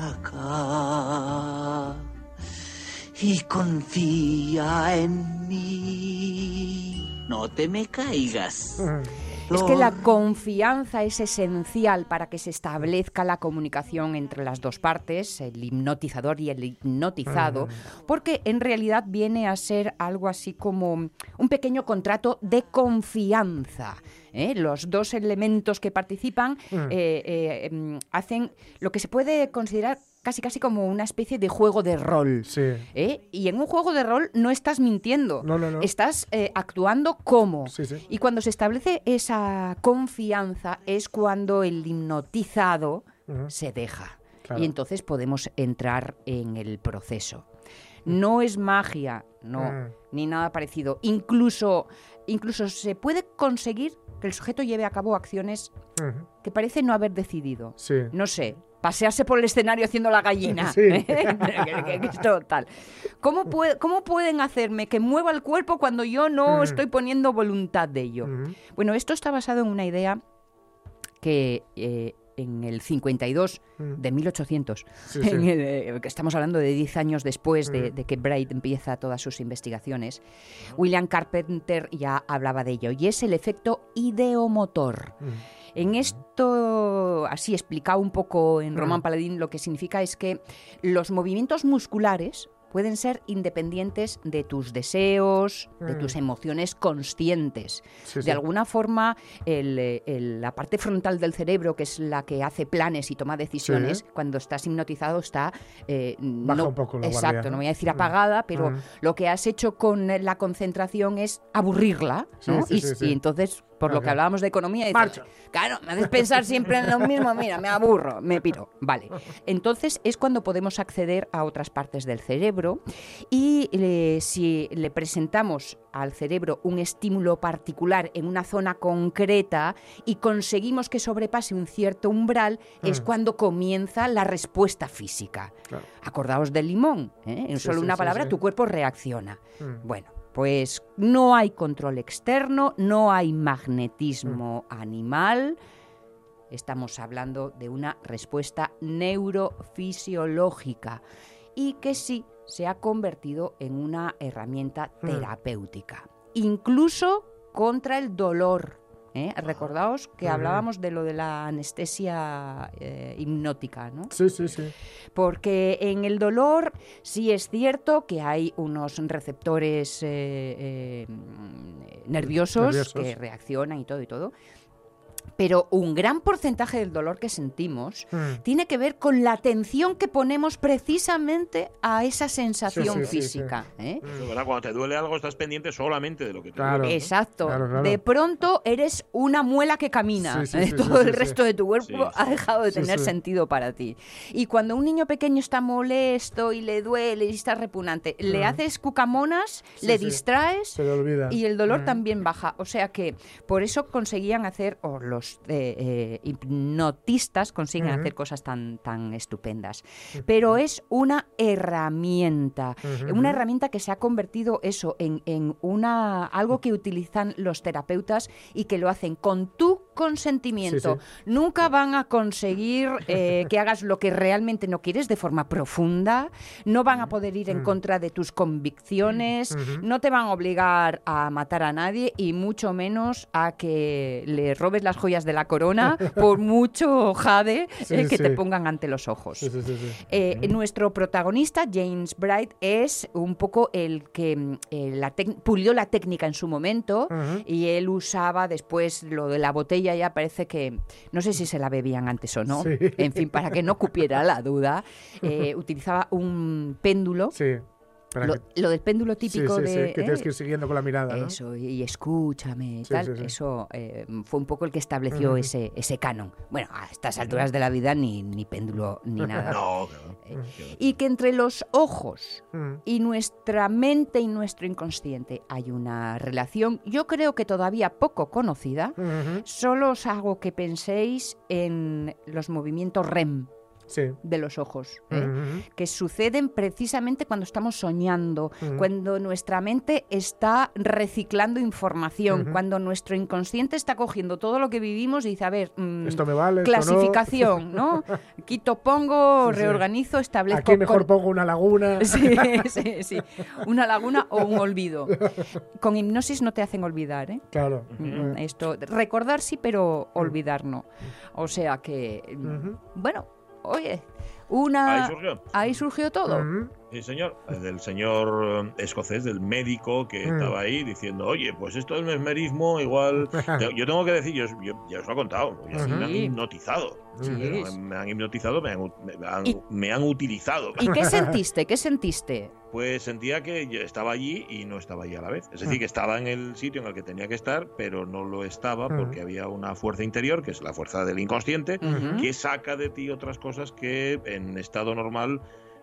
acá y confía en mí, no te me caigas. Es que la confianza es esencial para que se establezca la comunicación entre las dos partes, el hipnotizador y el hipnotizado, porque en realidad viene a ser algo así como un pequeño contrato de confianza. Los dos elementos que participan hacen lo que se puede considerar casi como una especie de juego de rol. Sí. Y en un juego de rol no estás mintiendo, no. Estás actuando como. Sí. Y cuando se establece esa confianza es cuando el hipnotizado se deja. Claro. Y entonces podemos entrar en el proceso. No es magia, no, ni nada parecido. Incluso se puede conseguir que el sujeto lleve a cabo acciones que parece no haber decidido. Sí. No sé, pasearse por el escenario haciendo la gallina. Sí. Que esto, tal. ¿Cómo pueden hacerme que mueva el cuerpo cuando yo no estoy poniendo voluntad de ello? Bueno, esto está basado en una idea que en el 52 de 1800, que estamos hablando de 10 años después de que Bright empieza todas sus investigaciones, William Carpenter ya hablaba de ello, y es el efecto ideomotor. En esto, así explicado un poco en Romain Paladin, lo que significa es que los movimientos musculares pueden ser independientes de tus deseos, de tus emociones conscientes. De alguna forma, la parte frontal del cerebro, que es la que hace planes y toma decisiones, cuando estás hipnotizado está... Baja un poco la exacto, guardia, ¿no? No voy a decir apagada, pero lo que has hecho con la concentración es aburrirla, ¿no? Y entonces, por lo que hablábamos de economía, dices, claro, me haces pensar siempre en lo mismo, mira, me aburro, me piro. Vale. Entonces es cuando podemos acceder a otras partes del cerebro y si le presentamos al cerebro un estímulo particular en una zona concreta y conseguimos que sobrepase un cierto umbral, es cuando comienza la respuesta física. Claro. Acordaos del limón, ¿eh? En solo una palabra tu cuerpo reacciona. Bueno, pues no hay control externo, no hay magnetismo animal. Estamos hablando de una respuesta neurofisiológica y que sí se ha convertido en una herramienta terapéutica, incluso contra el dolor. Recordaos que hablábamos de lo de la anestesia hipnótica, ¿no? Sí. Porque en el dolor sí es cierto que hay unos receptores nerviosos que reaccionan y todo. Pero un gran porcentaje del dolor que sentimos tiene que ver con la atención que ponemos precisamente a esa sensación física. ¿Verdad? Cuando te duele algo estás pendiente solamente de lo que te duele. ¿No? Exacto. Claro. De pronto eres una muela que camina. Todo el resto de tu cuerpo ha dejado de tener sentido para ti. Y cuando un niño pequeño está molesto y le duele y está repugnante, le haces cucamonas, le distraes se le olvida. Y el dolor también baja. O sea que por eso conseguían hacer, los hipnotistas consiguen hacer cosas tan estupendas. Pero es una herramienta que se ha convertido en algo que utilizan los terapeutas y que lo hacen con tu consentimiento. Nunca van a conseguir que hagas lo que realmente no quieres de forma profunda, no van a poder ir en contra de tus convicciones, no te van a obligar a matar a nadie y mucho menos a que le robes las joyas de la corona por mucho jade que te pongan ante los ojos. Nuestro protagonista, James Bright, es un poco el que pulió la técnica en su momento y él usaba después lo de la botella, ya parece que, no sé si se la bebían antes o no, en fin, para que no cupiera la duda, utilizaba un péndulo. Lo del péndulo típico de... que tienes que ir siguiendo con la mirada, ¿no? Eso, y escúchame, tal. Eso fue un poco el que estableció ese canon. Bueno, a estas alturas de la vida ni péndulo ni nada. Y que entre los ojos y nuestra mente y nuestro inconsciente hay una relación, yo creo que todavía poco conocida. Solo os hago que penséis en los movimientos REM. De los ojos, que suceden precisamente cuando estamos soñando, cuando nuestra mente está reciclando información, cuando nuestro inconsciente está cogiendo todo lo que vivimos y dice, a ver, esto me vale, clasificación, ¿no? Quito, pongo, reorganizo, establezco... Aquí mejor pongo una laguna. Sí, una laguna o un olvido. Con hipnosis no te hacen olvidar, ¿eh? Claro. Esto, recordar sí, pero olvidar no. O sea que, bueno... Oye, ahí surgió todo. Sí, señor. Del señor escocés, del médico que estaba ahí diciendo, oye, pues esto del mesmerismo igual... Yo tengo que decir, yo ya os lo he contado, me han hipnotizado. Me han hipnotizado, me han utilizado. ¿Y qué sentiste? ¿Qué sentiste? Pues sentía que yo estaba allí y no estaba allí a la vez. Es decir, que estaba en el sitio en el que tenía que estar, pero no lo estaba porque había una fuerza interior, que es la fuerza del inconsciente, que saca de ti otras cosas que en estado normal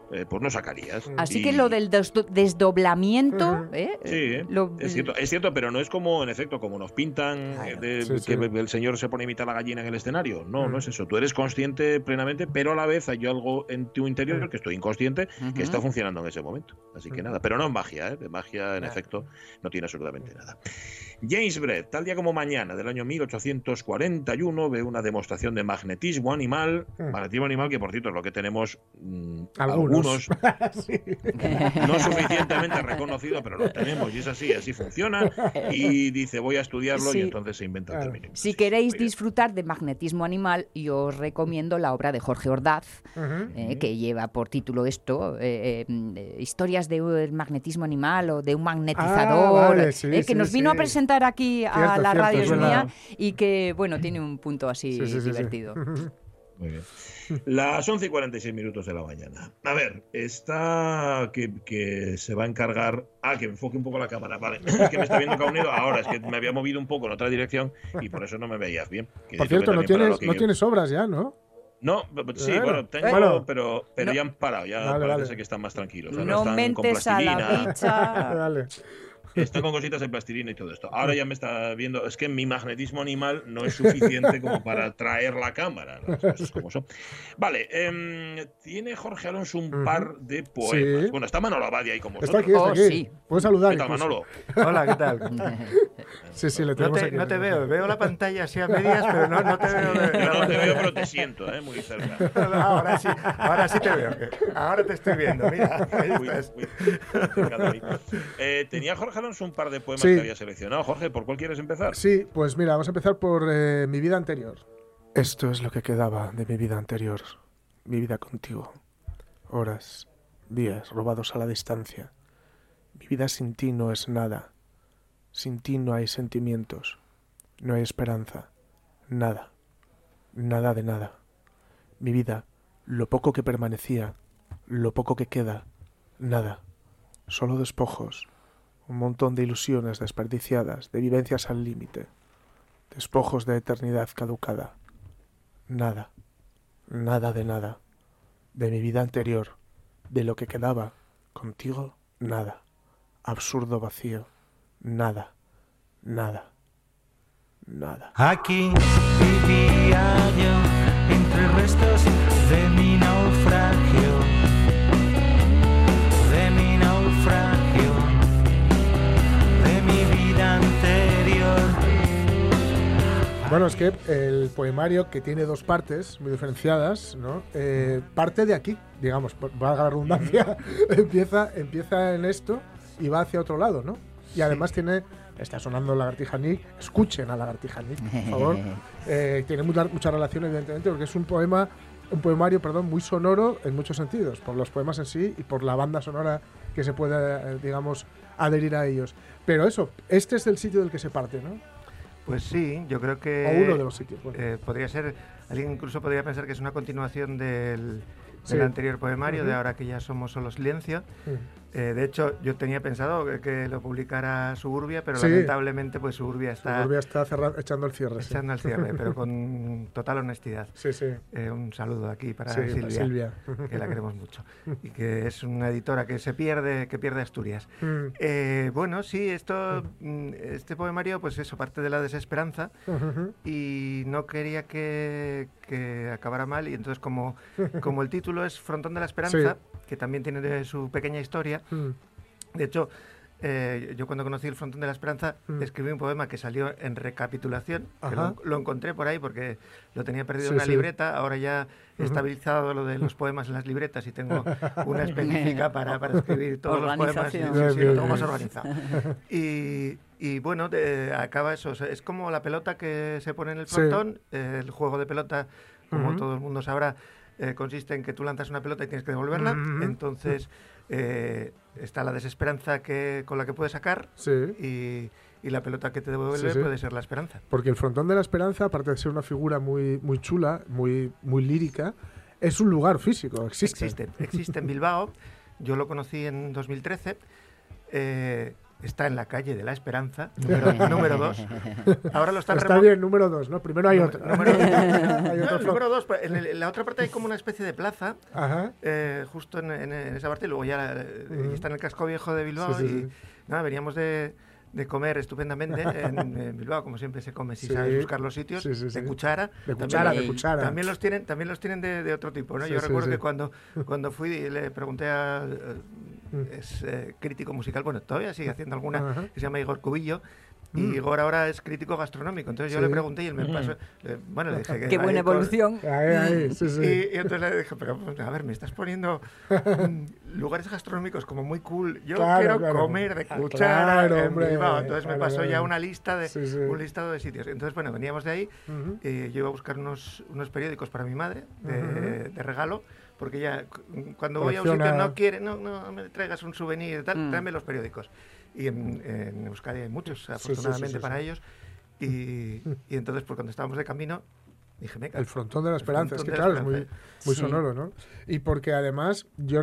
pues no sacarías. Así que lo del desdoblamiento... Sí, es cierto, pero no es como, en efecto, como nos pintan que el señor se pone a imitar la gallina en el escenario. No, no es eso. Tú eres consciente plenamente, pero a la vez hay algo en tu interior que estoy inconsciente que está funcionando en ese momento. Así que nada, pero no es magia, de magia, en efecto, no tiene absolutamente nada. James Brett, tal día como mañana, del año 1841, ve una demostración de magnetismo animal que, por cierto, es lo que tenemos algunos no suficientemente reconocido, pero lo tenemos y es así funciona, y dice voy a estudiarlo y entonces se inventa el término. Si queréis disfrutar de magnetismo animal, yo os recomiendo la obra de Jorge Ordaz, que lleva por título esto, historias del magnetismo animal o de un magnetizador, que nos vino a presentar aquí a la radio mía y que, bueno, tiene un punto así divertido. Muy bien. Las 11:46 de la mañana. A ver, esta que se va a encargar... que enfoque un poco la cámara, vale. Que me está viendo Caunedo ahora, es que me había movido un poco en otra dirección y por eso no me veías bien. Por cierto, no tienes obras ya, ¿no? No, sí, bueno, tengo, pero ya han parado, ya parece que están más tranquilos. No mentes a la bicha. Vale. Está con cositas de plastilina y todo esto. Ahora ya me está viendo, es que mi magnetismo animal no es suficiente como para traer la cámara. Las cosas como son. Vale, tiene Jorge Alonso un par de poemas. Sí. Bueno, está Manolo Abadi ahí con vosotros. Está aquí. Sí. Puedes saludar. ¿Qué tal, Manolo? Hola, ¿qué tal? Sí, le tenemos aquí. No te veo la pantalla así a medias, pero no te veo. Yo no te veo, pero te siento, muy cerca. Ahora sí te veo. Ahora te estoy viendo, mira. Tenía Jorge Alonso un par de poemas que había seleccionado. Jorge, ¿por cuál quieres empezar? Sí, pues mira, vamos a empezar por mi vida anterior. Esto es lo que quedaba de mi vida anterior. Mi vida contigo. Horas, días robados a la distancia. Mi vida sin ti no es nada. Sin ti no hay sentimientos. No hay esperanza. Nada. Nada de nada. Mi vida, lo poco que permanecía, lo poco que queda, nada. Solo despojos. Un montón de ilusiones desperdiciadas, de vivencias al límite, despojos de eternidad caducada. Nada, nada de nada, de mi vida anterior, de lo que quedaba, contigo, nada, absurdo vacío, nada, nada, nada. Aquí vivía yo, entre restos de mi naufragio, anterior. Bueno, es que el poemario, que tiene dos partes muy diferenciadas, ¿no? Parte de aquí, digamos, valga la redundancia, empieza en esto y va hacia otro lado, ¿no? Y además está sonando Lagartija Nick, escuchen a Lagartija Nick, por favor. Tiene mucha relación, evidentemente, porque es un poemario, muy sonoro en muchos sentidos, por los poemas en sí y por la banda sonora que se puede, digamos, adherir a ellos. Pero eso, este es el sitio del que se parte, ¿no? Pues sí, yo creo que... O uno de los sitios. Bueno. Podría ser... Alguien incluso podría pensar que es una continuación del anterior poemario, de Ahora que ya somos solo silencio. De hecho, yo tenía pensado que lo publicara Suburbia, pero lamentablemente pues Suburbia está echando el cierre. Echando el cierre, pero con total honestidad. Sí. Un saludo aquí para Silvia, que la queremos mucho. Y que es una editora que pierde Asturias. Bueno, sí, este poemario, pues eso, parte de la desesperanza y no quería que acabara mal, y entonces como el título es Frontón de la Esperanza, que también tiene su pequeña historia. De hecho, yo cuando conocí el Frontón de la Esperanza escribí un poema que salió en recapitulación, que lo encontré por ahí porque lo tenía perdido en una libreta. Ahora ya he estabilizado lo de los poemas en las libretas y tengo una específica para escribir todos los poemas. Lo tengo más organizado. Y bueno, acaba eso. O sea, es como la pelota que se pone en el frontón. El juego de pelota, como todo el mundo sabrá, consiste en que tú lanzas una pelota y tienes que devolverla. Entonces está la desesperanza con la que puedes sacar, y la pelota que te devuelve puede ser la esperanza. Porque el Frontón de la Esperanza, aparte de ser una figura muy, muy chula, muy, muy lírica, es un lugar físico, existe en Bilbao. Yo lo conocí en 2013. está en la calle de la Esperanza, número 2. Ahora lo están Está bien, número 2, ¿no? Primero hay otro. Número 2, en la otra parte hay como una especie de plaza, justo en esa parte, y luego ya está en el casco viejo de Bilbao, y nada, veníamos de comer estupendamente en Bilbao, como siempre se come, si sabes buscar los sitios, de cuchara. De cuchara. También los tienen de otro tipo, ¿no? Yo recuerdo que cuando fui y le pregunté a crítico musical, bueno, todavía sigue haciendo alguna, que se llama Igor Cubillo, y Igor ahora es crítico gastronómico. Entonces yo le pregunté y él me pasó. Bueno, le dije que. ¡Qué buena evolución! Y entonces le dije, pero a ver, me estás poniendo lugares gastronómicos como muy cool. Yo quiero comer de cuchara en Bilbao. Entonces me pasó ya una lista un listado de sitios. Entonces, bueno, veníamos de ahí. Yo iba a buscar unos periódicos para mi madre de regalo. Porque ella, cuando voy a un sitio, no quiere, no me traigas un souvenir, tal, tráeme los periódicos. Y en Euskadi hay muchos, afortunadamente para ellos. Y entonces, pues cuando estábamos de camino, dije, venga. El frontón de la esperanza, es que claro, es muy sonoro, ¿no? Y porque además, yo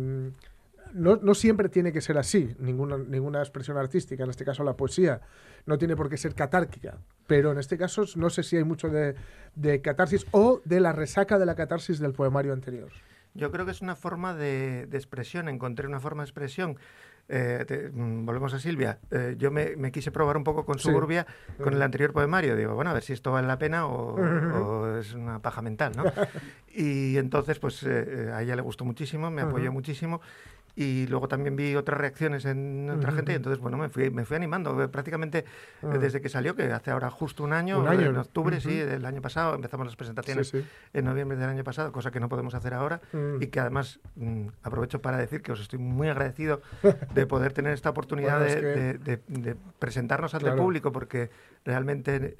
no siempre tiene que ser así, ninguna expresión artística, en este caso la poesía, no tiene por qué ser catárquica, pero en este caso no sé si hay mucho de catarsis o de la resaca de la catarsis del poemario anterior. Yo creo que es una forma de expresión, encontré una forma de expresión. Volvemos a Silvia. Yo me quise probar un poco con Suburbia, con el anterior poemario. Digo, bueno, a ver si esto vale la pena o es una paja mental, ¿no? Y entonces, pues a ella le gustó muchísimo, me apoyó muchísimo. Y luego también vi otras reacciones en otra gente y entonces, bueno, me fui animando prácticamente desde que salió, que hace ahora justo un año. En octubre, del año pasado, empezamos las presentaciones en noviembre del año pasado, cosa que no podemos hacer ahora y que además aprovecho para decir que os estoy muy agradecido de poder tener esta oportunidad de presentarnos ante el público, porque realmente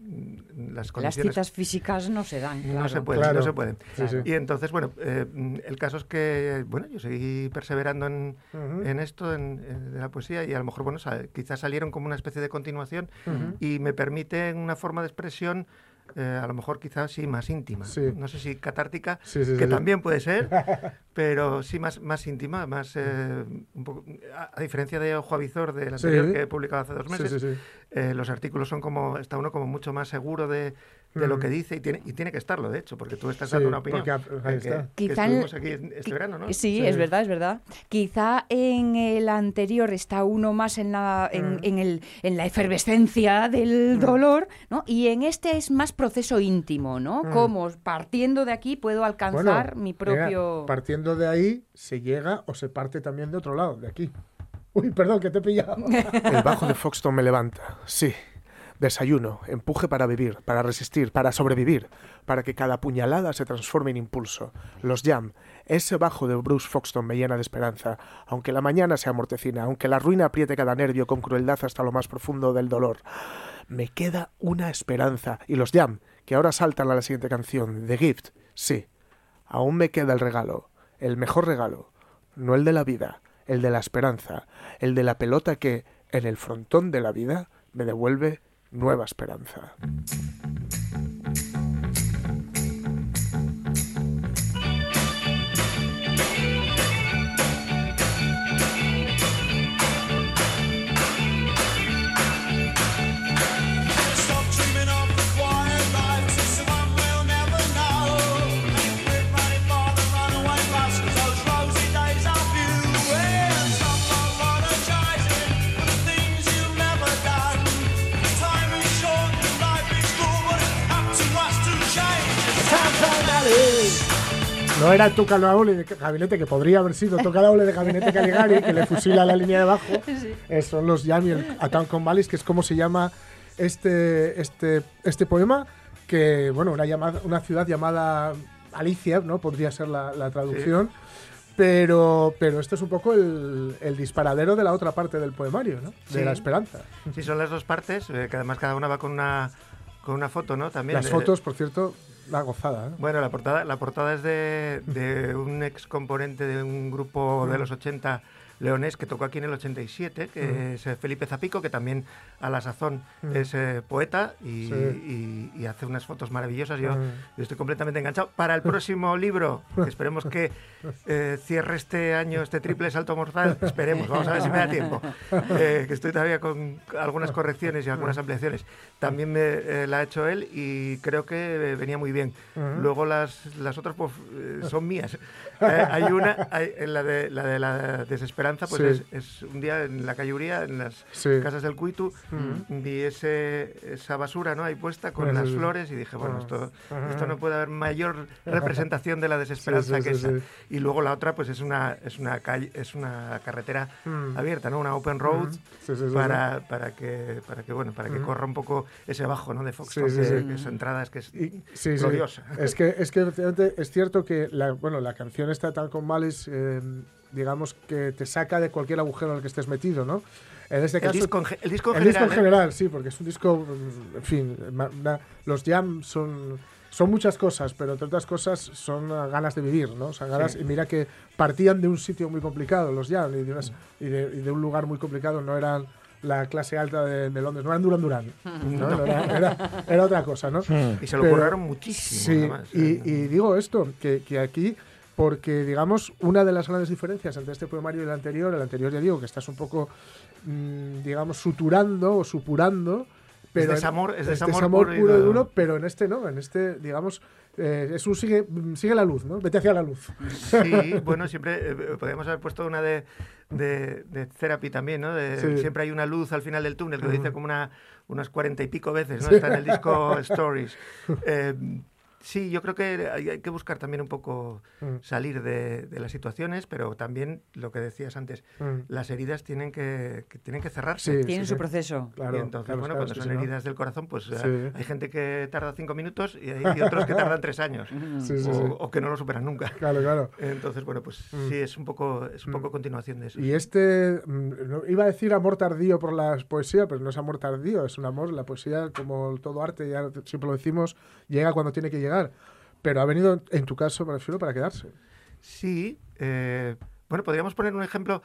las condiciones... Las citas físicas no se dan, claro. No se pueden. Y entonces, bueno, el caso es que, bueno, yo seguí perseverando en esto, de la poesía, y a lo mejor, bueno, quizás salieron como una especie de continuación y me permiten una forma de expresión a lo mejor quizás más íntima. No sé si catártica, que también puede ser, pero sí más íntima, más un poco, a diferencia de Ojo Avizor, del anterior que he publicado hace 2 meses, los artículos son está uno como mucho más seguro de lo que dice y tiene que estarlo, de hecho, porque tú estás dando una opinión. Que estuvimos aquí este verano, ¿no? Sí, es verdad. Quizá en el anterior está uno más en la efervescencia del dolor, ¿no? Y en este es más proceso íntimo, ¿no? Como partiendo de aquí puedo alcanzar mi propio... Partiendo de ahí se llega o se parte también de otro lado, de aquí. Uy, perdón, que te he pillado. El bajo de Foxton me levanta, sí. Desayuno, empuje para vivir, para resistir, para sobrevivir, para que cada puñalada se transforme en impulso. Los Jam, ese bajo de Bruce Foxton me llena de esperanza, aunque la mañana sea mortecina, aunque la ruina apriete cada nervio con crueldad hasta lo más profundo del dolor. Me queda una esperanza. Y los Jam, que ahora saltan a la siguiente canción, The Gift, sí, aún me queda el regalo, el mejor regalo, no el de la vida, el de la esperanza, el de la pelota que, en el frontón de la vida, me devuelve nueva esperanza. No era Tuca Laule de Gabinete, que podría haber sido Tuca Laule de Gabinete Caligari, que le fusila la línea de abajo. Son los Jam y el A Town Called Malice, que es como se llama este poema, que, bueno, una ciudad llamada Alicia, ¿no? Podría ser la traducción. Pero esto es un poco el disparadero de la otra parte del poemario, ¿no? De la esperanza. Sí, son las dos partes, que además cada una va con una foto, ¿no? También las fotos, por cierto, la gozada, ¿eh? Bueno, la portada es de un ex componente de un grupo de los 80 leonés que tocó aquí en el 87, que es Felipe Zapico, que también a la sazón es poeta y hace unas fotos maravillosas. Yo estoy completamente enganchado. Para el próximo libro, que esperemos que cierre este año este triple salto mortal, esperemos, vamos a ver si me da tiempo, que estoy todavía con algunas correcciones y algunas ampliaciones. También la ha hecho él y creo que venía muy bien. Luego las otras pues, son mías. Hay una, la de la desesperanza, pues es un día en la calle Uría, en las casas del Cuitu, vi esa basura, ¿no?, ahí puesta con las flores y dije, bueno, esto no puede haber mayor representación de la desesperanza que esa. Y luego la otra, pues es una carretera abierta, ¿no?, una open road para que corra un poco ese bajo, ¿no?, de Foxton, que su entrada es que es gloriosa. Es que efectivamente es cierto que la canción está tal con Malice, digamos que te saca de cualquier agujero en el que estés metido, ¿no? En este caso, el disco en general, sí, porque es un disco, en fin, los Jam son muchas cosas, pero entre otras cosas son ganas de vivir, ¿no? O sea, ganas, y mira que partían de un sitio muy complicado los Jam y de un lugar muy complicado, no eran la clase alta de Londres, no eran Duran Duran, ¿no? Era otra cosa, ¿no? Y se lo curraron muchísimo. Sí, además, y digo esto, que aquí, porque digamos, una de las grandes diferencias entre este poemario y el anterior ya digo que estás un poco, digamos, suturando o supurando, pero es desamor puro y duro, pero en este no, en este, digamos, es un sigue la luz, ¿no? Vete hacia la luz. Sí, bueno, siempre podríamos haber puesto una de Therapy también, ¿no? Siempre hay una luz al final del túnel, que lo dice como unas 40 y pico veces, ¿no? Está en el disco Stories. Sí, yo creo que hay que buscar también un poco salir de las situaciones, pero también lo que decías antes, las heridas tienen que cerrarse. Tienen su proceso. Claro, y entonces, cuando son heridas del corazón, pues hay gente que tarda 5 minutos y hay otros que tardan 3 años. O que no lo superan nunca. Claro. Entonces, bueno, pues sí, es un poco continuación de eso. Y iba a decir amor tardío por la poesía, pero no es amor tardío, es un amor, la poesía, como todo arte, ya siempre lo decimos, llega cuando tiene que llegar. Pero ha venido, en tu caso, me refiero, para quedarse. Sí. Bueno, podríamos poner un ejemplo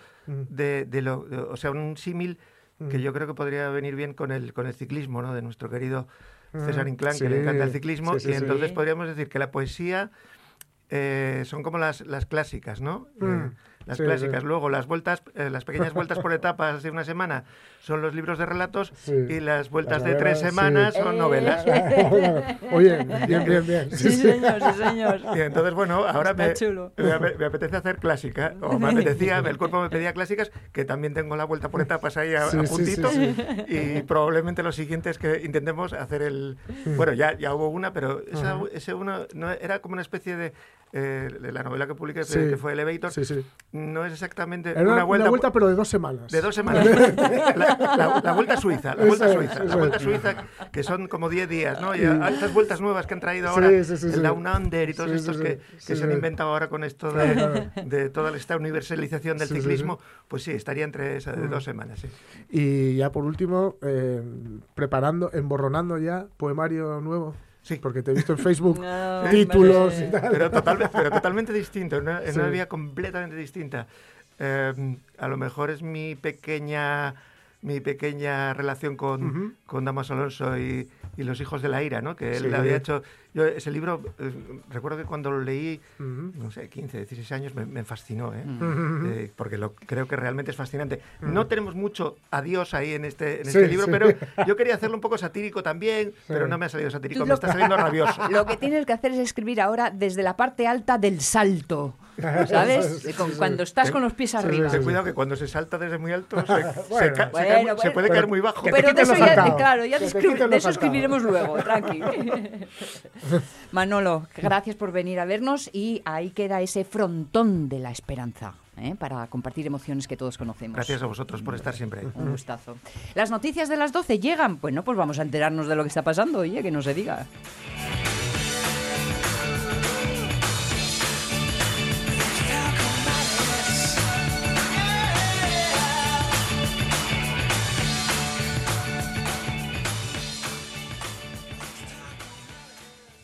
o sea, un símil que yo creo que podría venir bien con el ciclismo, ¿no?, de nuestro querido César Inclán, que le encanta el ciclismo. Entonces podríamos decir que la poesía son como las clásicas, ¿no? Las clásicas. Luego las vueltas, las pequeñas vueltas por etapas de una semana son los libros de relatos y las vueltas de 3 semanas son novelas. Oye, bien. Sí, señor. Y entonces, bueno, ahora me apetece hacer clásica, o me apetecía, el cuerpo me pedía clásicas, que también tengo la vuelta por etapas ahí a puntito, y probablemente lo siguiente es que intentemos hacer bueno, ya hubo una, pero ese uno no, era como una especie de la novela que publiqué, que fue Elevator. No es exactamente una vuelta, pero de 2 semanas. De 2 semanas. la vuelta suiza. La vuelta suiza, que son como 10 días, ¿no? Y estas vueltas nuevas que han traído ahora, el Down Under y todos estos que se han inventado ahora con esto de toda esta universalización del ciclismo, pues sí, estaría entre esas de 2 semanas. Sí. Y ya por último, emborronando ya poemario nuevo. Sí, porque te he visto en Facebook títulos y tal. Pero totalmente distinto, en una vía completamente distinta. A lo mejor es mi pequeña relación con Damaso Alonso y los hijos de la ira, ¿no? Que él había hecho. Yo ese libro, recuerdo que cuando lo leí, no sé, 15, 16 años, me fascinó, porque creo que realmente es fascinante. No tenemos mucho adiós ahí en este libro, pero yo quería hacerlo un poco satírico también, pero no me ha salido satírico, me está saliendo rabioso. Lo que tienes que hacer es escribir ahora desde la parte alta del salto, ¿sabes? Cuando estás con los pies arriba. Ten cuidado que cuando se salta desde muy alto se puede caer muy bajo. Pero de eso de eso escribiremos luego, tranqui. Manolo, gracias por venir a vernos y ahí queda ese frontón de la esperanza, para compartir emociones que todos conocemos. Gracias a vosotros por estar siempre ahí. Un gustazo. Las noticias de las 12 llegan, bueno, pues vamos a enterarnos de lo que está pasando, oye, que no se diga.